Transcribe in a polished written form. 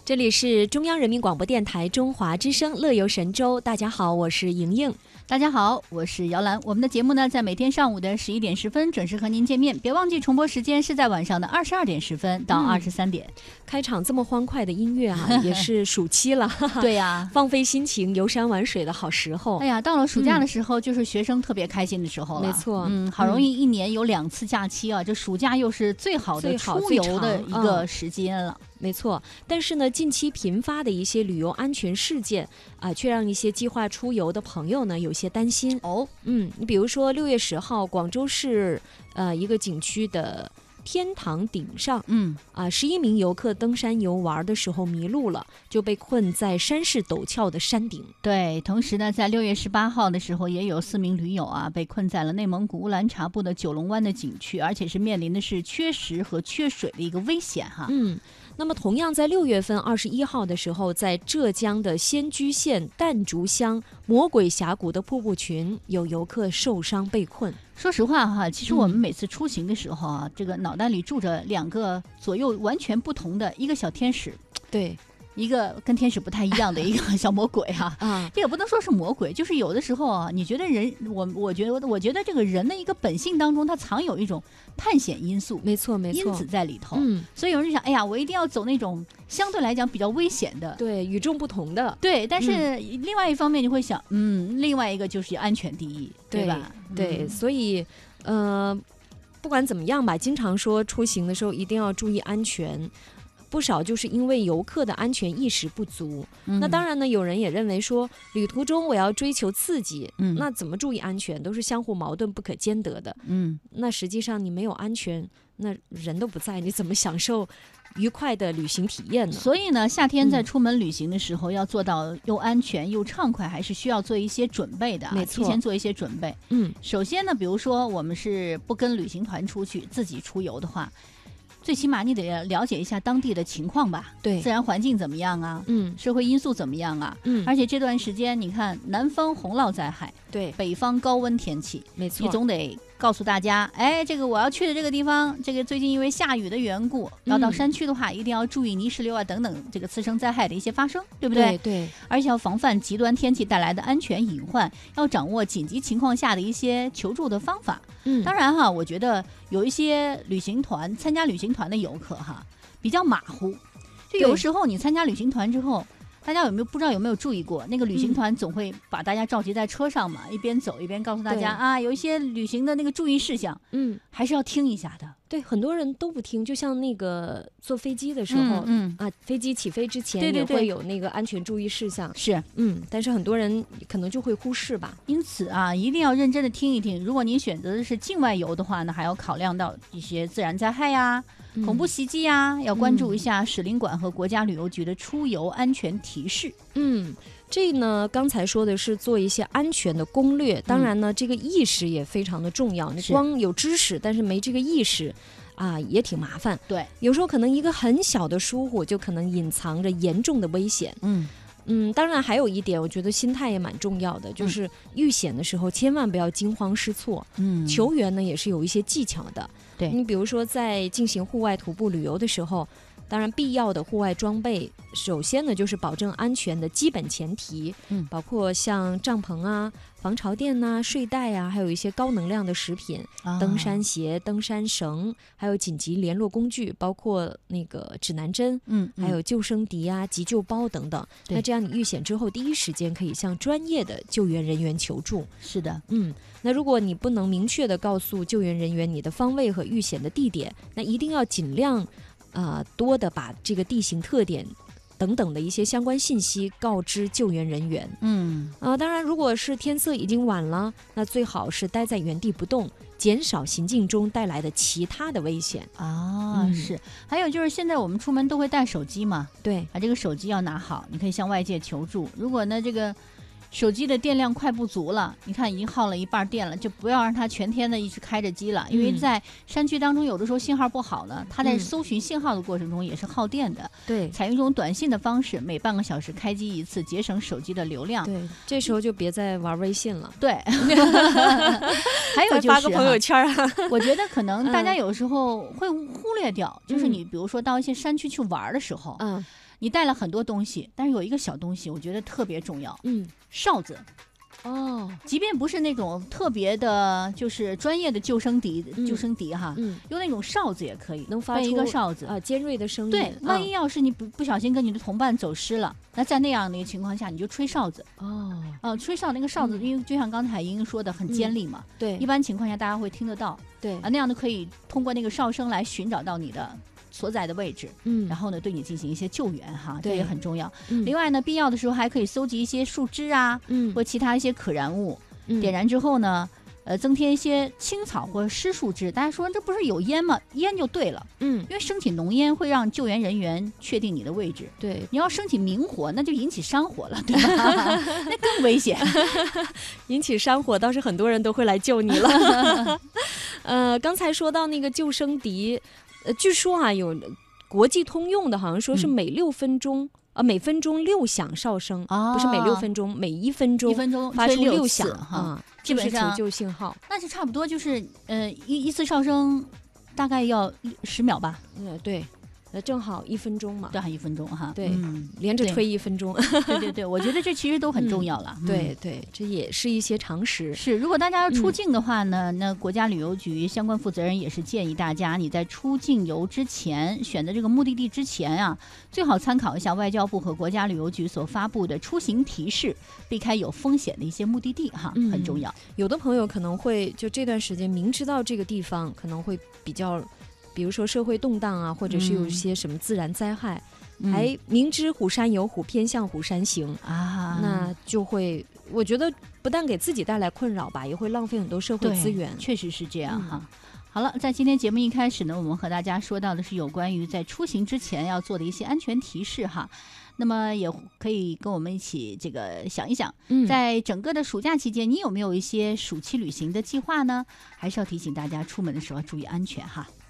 这里是中央人民广播电台中华之声乐游神州，大家好，我是莹莹。 大家好，我是姚兰。我们的节目呢，在每天上午的11点10分准时和您见面，别忘记重播时间是在晚上的22点10分到23点。 开场这么欢快的音乐啊，也是暑期了。 对呀， 放飞心情、游山玩水的好时候。 哎呀，到了暑假的时候，就是学生特别开心的时候了。 没错， 好容易一年有2次假期啊，这暑假又是最好的出游的一个时间了。 没错，但是呢，近期频发的一些旅游安全事件却让一些计划出游的朋友呢有些担心哦。你比如说6月10号，广州市一个景区的天堂顶上，11名游客登山游玩的时候迷路了，就被困在山势陡峭的山顶。 对，同时呢，在6月18号的时候，也有4名驴友被困在了内蒙古乌兰察布的九龙湾的景区，而且是面临的是缺食和缺水的一个危险哈。 那么同样在6月份21号的时候，在浙江的仙居县儋竹乡魔鬼峡谷的瀑布群，有游客受伤被困。 说实话哈，其实我们每次出行的时候这个脑袋里住着2个左右完全不同的一个小天使， 对， 一个跟天使不太一样的一个小魔鬼这也不能说是魔鬼，就是有的时候你觉得人，我觉得这个人的一个本性当中，它藏有一种探险因素， 没错， 因子在里头。所以有人就想，哎呀，我一定要走那种相对来讲比较危险的， 对，与众不同的， 对。但是另外一方面，你会想，另外一个就是安全第一，对吧？ 对，所以不管怎么样吧，经常说出行的时候一定要注意安全。不少就是因为游客的安全意识不足。那当然呢，有人也认为说，旅途中我要追求刺激，那怎么注意安全都是相互矛盾不可兼得的。那实际上你没有安全，那人都不在，你怎么享受愉快的旅行体验呢？ 所以呢，夏天在出门旅行的时候，要做到又安全又畅快，还是需要做一些准备的没错， 提前做一些准备。首先呢，比如说我们是不跟旅行团出去，自己出游的话，最起码你得了解一下当地的情况吧， 对， 自然环境怎么样啊，社会因素怎么样啊，而且这段时间你看，南方洪涝灾害， 对， 北方高温天气， 没错， 你总得告诉大家，这个我要去的这个地方，这个最近因为下雨的缘故，要到山区的话，一定要注意泥石流等等这个次生灾害的一些发生，对不对？ 对， 而且要防范极端天气带来的安全隐患，要掌握紧急情况下的一些求助的方法。当然我觉得有一些旅行团参加旅行团的游客比较马虎，就有时候你参加旅行团之后，大家不知道有没有注意过，那个旅行团总会把大家召集在车上嘛，一边走一边告诉大家有一些旅行的那个注意事项，还是要听一下的。 对，很多人都不听，就像那个坐飞机的时候，飞机起飞之前也会有那个安全注意事项， 是， 但是很多人可能就会忽视吧。 因此一定要认真的听一听。如果您选择的是境外游的话呢，还要考量到一些自然灾害恐怖袭击要关注一下使领馆和国家旅游局的出游安全提示。 这呢，刚才说的是做一些安全的攻略，当然呢，这个意识也非常的重要。你光有知识，但是没这个意识也挺麻烦。 对， 有时候可能一个很小的疏忽，就可能隐藏着严重的危险。当然还有一点，我觉得心态也蛮重要的，就是遇险的时候千万不要惊慌失措。求援呢也是有一些技巧的。 对， 你比如说在进行户外徒步旅游的时候，当然必要的户外装备，首先呢就是保证安全的基本前提，包括像帐篷防潮垫睡袋还有一些高能量的食品，登山鞋、登山绳，还有紧急联络工具，包括那个指南针，还有救生笛急救包等等。那这样你遇险之后，第一时间可以向专业的救援人员求助。 是的， 那如果你不能明确的告诉救援人员你的方位和遇险的地点，那一定要尽量多的把这个地形特点等等的一些相关信息告知救援人员。当然如果是天色已经晚了，那最好是待在原地不动，减少行进中带来的其他的危险是。还有就是现在我们出门都会带手机嘛， 对， 这个手机要拿好，你可以向外界求助。如果呢这个手机的电量快不足了，你看已经耗了一半电了，就不要让它全天的一直开着机了，因为在山区当中有的时候信号不好呢，它在搜寻信号的过程中也是耗电的。 对， 采用一种短信的方式，每半个小时开机一次，节省手机的流量。 对，这时候就别再玩微信了。 对，还有就是发个朋友圈我觉得可能大家有时候会忽略掉，就是你比如说到一些山区去玩的时候， 你带了很多东西，但是有一个小东西，我觉得特别重要，哨子。 哦， 即便不是那种特别的，就是专业的救生笛哈，用那种哨子也可以， 能发出一个哨子尖锐的声音。 对，万一要是你不小心跟你的同伴走失了，那在那样的一个情况下，你就吹哨子。吹哨那个哨子，因为就像刚才英英说的，很尖利嘛。 对， 一般情况下大家会听得到。 对那样的可以通过那个哨声来寻找到你的所在的位置，然后呢对你进行一些救援哈，这也很重要。另外呢，必要的时候还可以搜集一些树枝啊，或其他一些可燃物，点燃之后呢，增添一些青草或湿树枝。大家说这不是有烟吗？烟就对了，因为升起浓烟会让救援人员确定你的位置。 对， 你要升起明火，那就引起山火了，对吧？那更危险。 引起山火，倒是很多人都会来救你了。刚才说到那个救生笛。据说啊，有国际通用的，好像说是每6分钟，每分钟6响哨声，不是每6分钟，每1分钟发出6响啊， 基本上求救信号。 那是差不多，就是一次哨声大概要10秒吧。 对。正好1分钟嘛， 对，1分钟哈， 对，连着吹1分钟， 对，我觉得这其实都很重要了， 对，这也是一些常识。 是，如果大家要出境的话呢，那国家旅游局相关负责人也是建议大家，你在出境游之前，选择这个目的地之前啊，最好参考一下外交部和国家旅游局所发布的出行提示，避开有风险的一些目的地哈，很重要。 有的朋友可能会就这段时间明知道这个地方可能会比如说社会动荡啊，或者是有一些什么自然灾害，还明知虎山有虎，偏向虎山行啊，那就会，我觉得不但给自己带来困扰吧，也会浪费很多社会资源。 确实是这样哈。好了，在今天节目一开始呢，我们和大家说到的是有关于在出行之前要做的一些安全提示哈。那么也可以跟我们一起这个想一想，在整个的暑假期间，你有没有一些暑期旅行的计划呢？还是要提醒大家出门的时候要注意安全哈。